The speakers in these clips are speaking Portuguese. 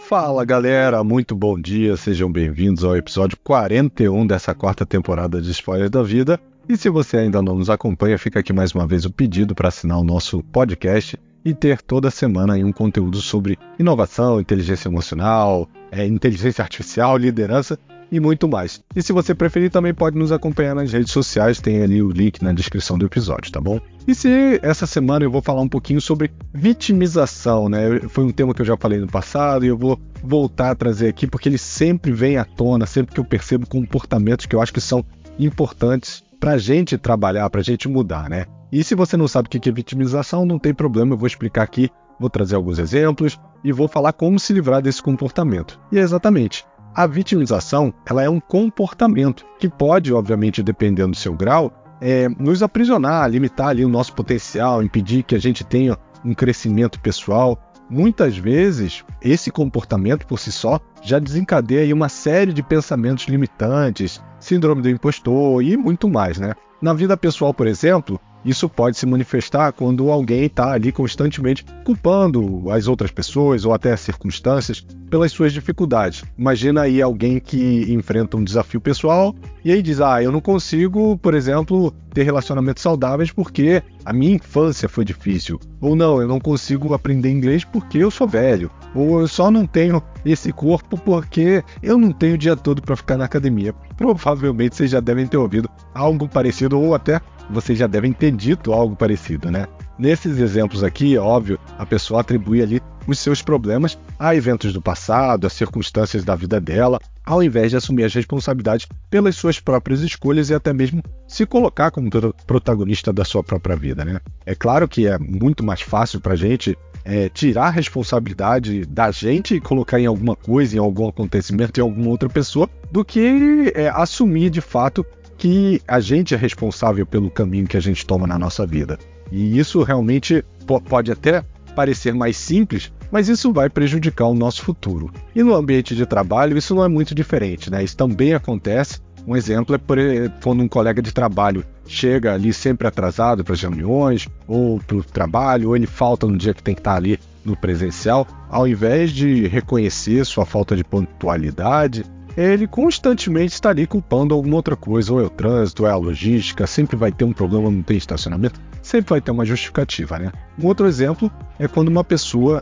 Fala galera, muito bom dia, sejam bem-vindos ao episódio 41 dessa quarta temporada de Spoiler da Vida. E se você ainda não nos acompanha, fica aqui mais uma vez o pedido para assinar o nosso podcast e ter toda semana aí um conteúdo sobre inovação, inteligência emocional, inteligência artificial, liderança e muito mais. E se você preferir, também pode nos acompanhar nas redes sociais, tem ali o link na descrição do episódio, tá bom? E se essa semana eu vou falar um pouquinho sobre vitimização, né? Foi um tema que eu já falei no passado e eu vou voltar a trazer aqui porque ele sempre vem à tona, sempre que eu percebo comportamentos que eu acho que são importantes pra gente trabalhar, pra gente mudar, né? E se você não sabe o que é vitimização, não tem problema, eu vou explicar aqui, vou trazer alguns exemplos e vou falar como se livrar desse comportamento. E é exatamente, a vitimização, ela é um comportamento que pode, obviamente, dependendo do seu grau, nos aprisionar, limitar ali o nosso potencial, impedir que a gente tenha um crescimento pessoal. Muitas vezes, esse comportamento por si só já desencadeia aí uma série de pensamentos limitantes, síndrome do impostor e muito mais, né? Na vida pessoal, por exemplo, isso pode se manifestar quando alguém está ali constantemente culpando as outras pessoas ou até as circunstâncias pelas suas dificuldades. Imagina aí alguém que enfrenta um desafio pessoal e aí diz, eu não consigo, por exemplo, ter relacionamentos saudáveis porque a minha infância foi difícil. Ou não, eu não consigo aprender inglês porque eu sou velho. Ou eu só não tenho esse corpo porque eu não tenho o dia todo para ficar na academia. Provavelmente vocês já devem ter ouvido algo parecido ou até vocês já devem ter dito algo parecido, né? Nesses exemplos aqui, óbvio, a pessoa atribui ali os seus problemas a eventos do passado, a circunstâncias da vida dela, ao invés de assumir as responsabilidades pelas suas próprias escolhas e até mesmo se colocar como protagonista da sua própria vida, né? É claro que é muito mais fácil pra gente tirar a responsabilidade da gente e colocar em alguma coisa, em algum acontecimento, em alguma outra pessoa, do que assumir de fato que a gente é responsável pelo caminho que a gente toma na nossa vida. E isso realmente pode até parecer mais simples, mas isso vai prejudicar o nosso futuro. E no ambiente de trabalho isso não é muito diferente, né? Isso também acontece. Um exemplo é quando um colega de trabalho chega ali sempre atrasado para as reuniões, ou para o trabalho, ou ele falta no dia que tem que estar ali no presencial. Ao invés de reconhecer sua falta de pontualidade, ele constantemente está ali culpando alguma outra coisa, ou é o trânsito, ou é a logística, sempre vai ter um problema, não tem estacionamento, sempre vai ter uma justificativa, né? Um outro exemplo é quando uma pessoa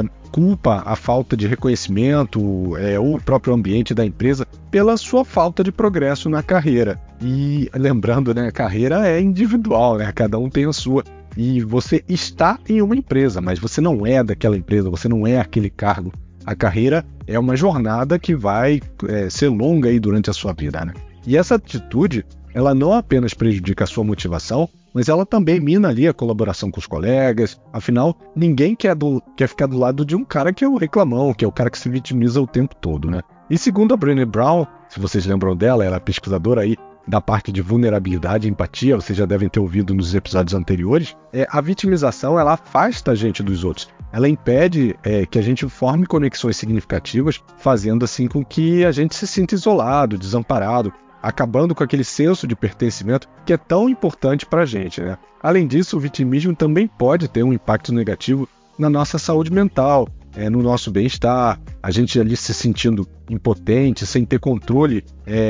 culpa a falta de reconhecimento ou o próprio ambiente da empresa pela sua falta de progresso na carreira. E lembrando, né, a carreira é individual, né? Cada um tem a sua. E você está em uma empresa, mas você não é daquela empresa, você não é aquele cargo. A carreira é uma jornada que vai ser longa aí durante a sua vida, né? E essa atitude, ela não apenas prejudica a sua motivação, mas ela também mina ali a colaboração com os colegas. Afinal, ninguém quer ficar do lado de um cara que é o reclamão, que é o cara que se vitimiza o tempo todo, né? E segundo a Brené Brown, se vocês lembram dela, ela é pesquisadora aí da parte de vulnerabilidade e empatia, vocês já devem ter ouvido nos episódios anteriores, a vitimização, ela afasta a gente dos outros. Ela impede que a gente forme conexões significativas, fazendo assim com que a gente se sinta isolado, desamparado, acabando com aquele senso de pertencimento que é tão importante para a gente, né? Além disso, o vitimismo também pode ter um impacto negativo na nossa saúde mental, no nosso bem-estar, a gente ali se sentindo impotente, sem ter controle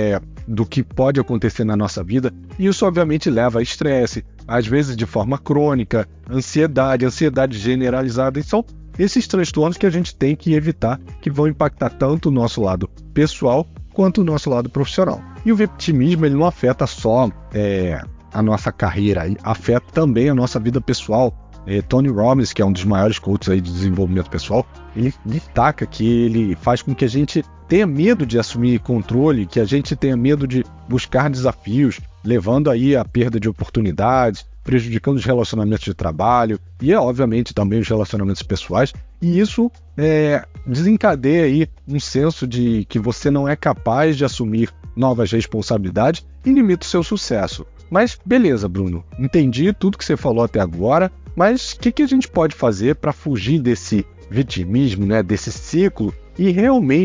do que pode acontecer na nossa vida, e isso obviamente leva a estresse, às vezes de forma crônica, ansiedade generalizada, e são esses transtornos que a gente tem que evitar, que vão impactar tanto o nosso lado pessoal quanto o nosso lado profissional. E o vitimismo, ele não afeta só a nossa carreira, ele afeta também a nossa vida pessoal. Tony Robbins, que é um dos maiores coaches aí de desenvolvimento pessoal, ele destaca que ele faz com que a gente tenha medo de assumir controle, que a gente tenha medo de buscar desafios, levando aí à perda de oportunidades, prejudicando os relacionamentos de trabalho e, obviamente, também os relacionamentos pessoais. E isso desencadeia aí um senso de que você não é capaz de assumir novas responsabilidades e limita o seu sucesso. Mas beleza, Bruno, entendi tudo que você falou até agora, mas o que a gente pode fazer para fugir desse vitimismo, né, desse ciclo, e realmente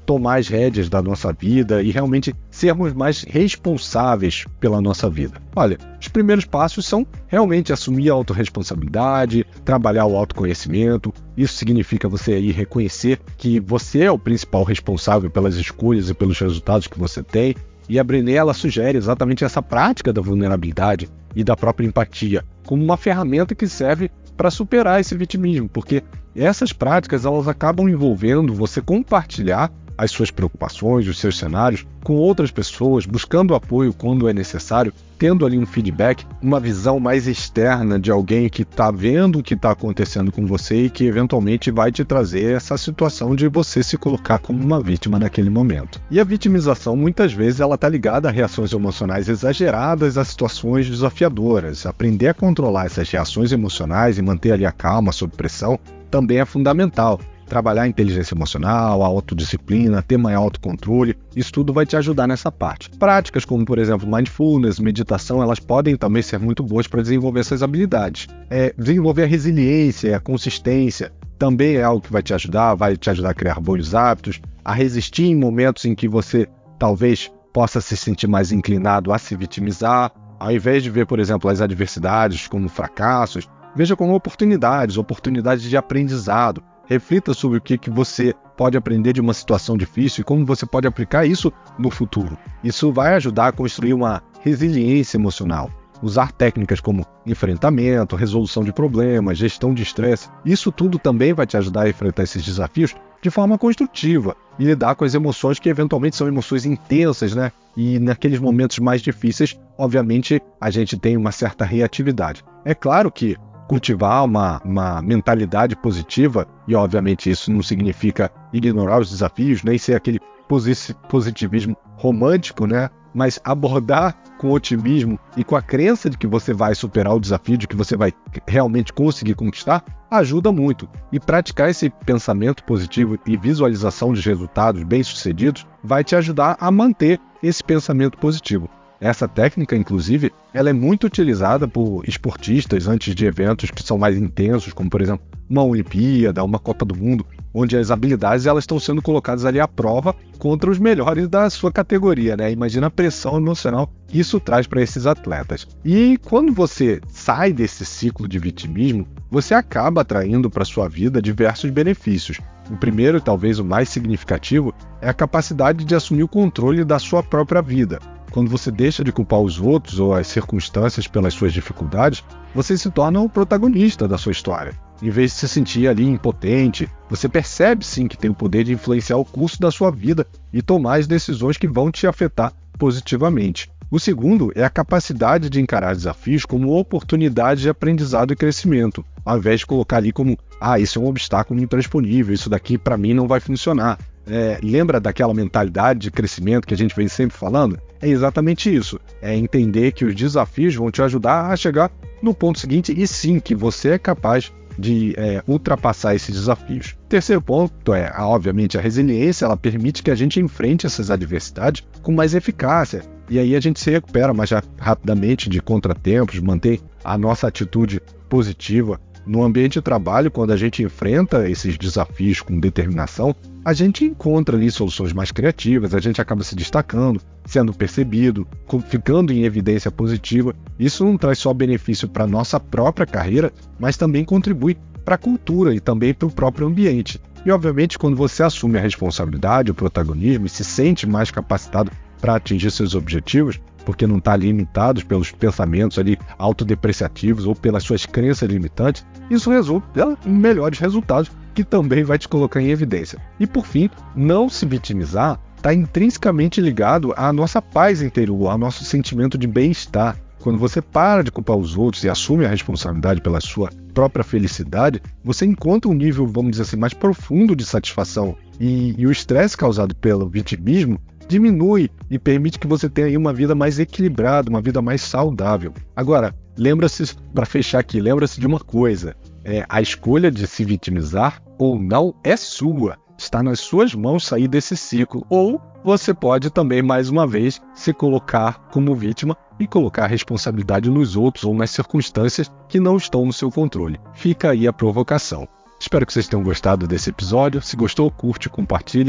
tomar as rédeas da nossa vida e realmente sermos mais responsáveis pela nossa vida. Olha, os primeiros passos são realmente assumir a autorresponsabilidade, trabalhar o autoconhecimento. Isso significa você aí reconhecer que você é o principal responsável pelas escolhas e pelos resultados que você tem. E a Brené, ela sugere exatamente essa prática da vulnerabilidade e da própria empatia como uma ferramenta que serve para superar esse vitimismo, porque essas práticas elas acabam envolvendo você compartilhar as suas preocupações, os seus cenários com outras pessoas, buscando apoio quando é necessário, tendo ali um feedback, uma visão mais externa de alguém que está vendo o que está acontecendo com você e que eventualmente vai te trazer essa situação de você se colocar como uma vítima naquele momento. E a vitimização muitas vezes ela está ligada a reações emocionais exageradas a situações desafiadoras. Aprender a controlar essas reações emocionais e manter ali a calma sob pressão também é fundamental. Trabalhar a inteligência emocional, a autodisciplina, ter maior autocontrole, isso tudo vai te ajudar nessa parte. Práticas como, por exemplo, mindfulness, meditação, elas podem também ser muito boas para desenvolver essas habilidades. Desenvolver a resiliência, a consistência, também é algo que vai te ajudar a criar bons hábitos, a resistir em momentos em que você talvez possa se sentir mais inclinado a se vitimizar, ao invés de ver, por exemplo, as adversidades como fracassos, veja como oportunidades de aprendizado. Reflita sobre o que você pode aprender de uma situação difícil e como você pode aplicar isso no futuro. Isso vai ajudar a construir uma resiliência emocional. Usar técnicas como enfrentamento, resolução de problemas, gestão de estresse, isso tudo também vai te ajudar a enfrentar esses desafios de forma construtiva e lidar com as emoções que eventualmente são emoções intensas, né? E naqueles momentos mais difíceis, obviamente, a gente tem uma certa reatividade. É claro que cultivar uma mentalidade positiva, e obviamente isso não significa ignorar os desafios, nem ser aquele positivismo romântico, né? Mas abordar com otimismo e com a crença de que você vai superar o desafio, de que você vai realmente conseguir conquistar, ajuda muito. E praticar esse pensamento positivo e visualização de resultados bem-sucedidos vai te ajudar a manter esse pensamento positivo. Essa técnica, inclusive, ela é muito utilizada por esportistas antes de eventos que são mais intensos, como, por exemplo, uma Olimpíada, uma Copa do Mundo, onde as habilidades elas estão sendo colocadas ali à prova contra os melhores da sua categoria, né? Imagina a pressão emocional que isso traz para esses atletas. E quando você sai desse ciclo de vitimismo, você acaba atraindo para sua vida diversos benefícios. O primeiro, talvez o mais significativo, é a capacidade de assumir o controle da sua própria vida. Quando você deixa de culpar os outros ou as circunstâncias pelas suas dificuldades, você se torna o protagonista da sua história. Em vez de se sentir ali impotente, você percebe sim que tem o poder de influenciar o curso da sua vida e tomar as decisões que vão te afetar positivamente. O segundo é a capacidade de encarar desafios como oportunidade de aprendizado e crescimento, ao invés de colocar ali como, isso é um obstáculo intransponível, isso daqui para mim não vai funcionar. Lembra daquela mentalidade de crescimento que a gente vem sempre falando? É exatamente isso. É entender que os desafios vão te ajudar a chegar no ponto seguinte e sim, que você é capaz de ultrapassar esses desafios. Terceiro ponto obviamente, a resiliência. Ela permite que a gente enfrente essas adversidades com mais eficácia. E aí a gente se recupera mais rapidamente de contratempos, mantém a nossa atitude positiva. No ambiente de trabalho, quando a gente enfrenta esses desafios com determinação, a gente encontra ali soluções mais criativas, a gente acaba se destacando, sendo percebido, ficando em evidência positiva. Isso não traz só benefício para a nossa própria carreira, mas também contribui para a cultura e também para o próprio ambiente. E, obviamente, quando você assume a responsabilidade, o protagonismo e se sente mais capacitado para atingir seus objetivos, porque não está limitado pelos pensamentos ali autodepreciativos ou pelas suas crenças limitantes, isso resulta em melhores resultados, que também vai te colocar em evidência. E por fim, não se vitimizar está intrinsecamente ligado à nossa paz interior, ao nosso sentimento de bem-estar. Quando você para de culpar os outros e assume a responsabilidade pela sua própria felicidade, você encontra um nível, vamos dizer assim, mais profundo de satisfação. E o estresse causado pelo vitimismo diminui e permite que você tenha aí uma vida mais equilibrada, uma vida mais saudável. Agora, lembra-se, para fechar aqui, lembra-se de uma coisa, a escolha de se vitimizar ou não é sua, está nas suas mãos sair desse ciclo, ou você pode também, mais uma vez, se colocar como vítima e colocar a responsabilidade nos outros ou nas circunstâncias que não estão no seu controle. Fica aí a provocação. Espero que vocês tenham gostado desse episódio. Se gostou, curte, compartilha.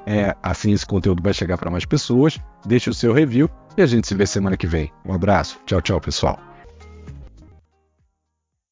Assim esse conteúdo vai chegar para mais pessoas. Deixe o seu review e a gente se vê semana que vem. Um abraço. Tchau, tchau, pessoal.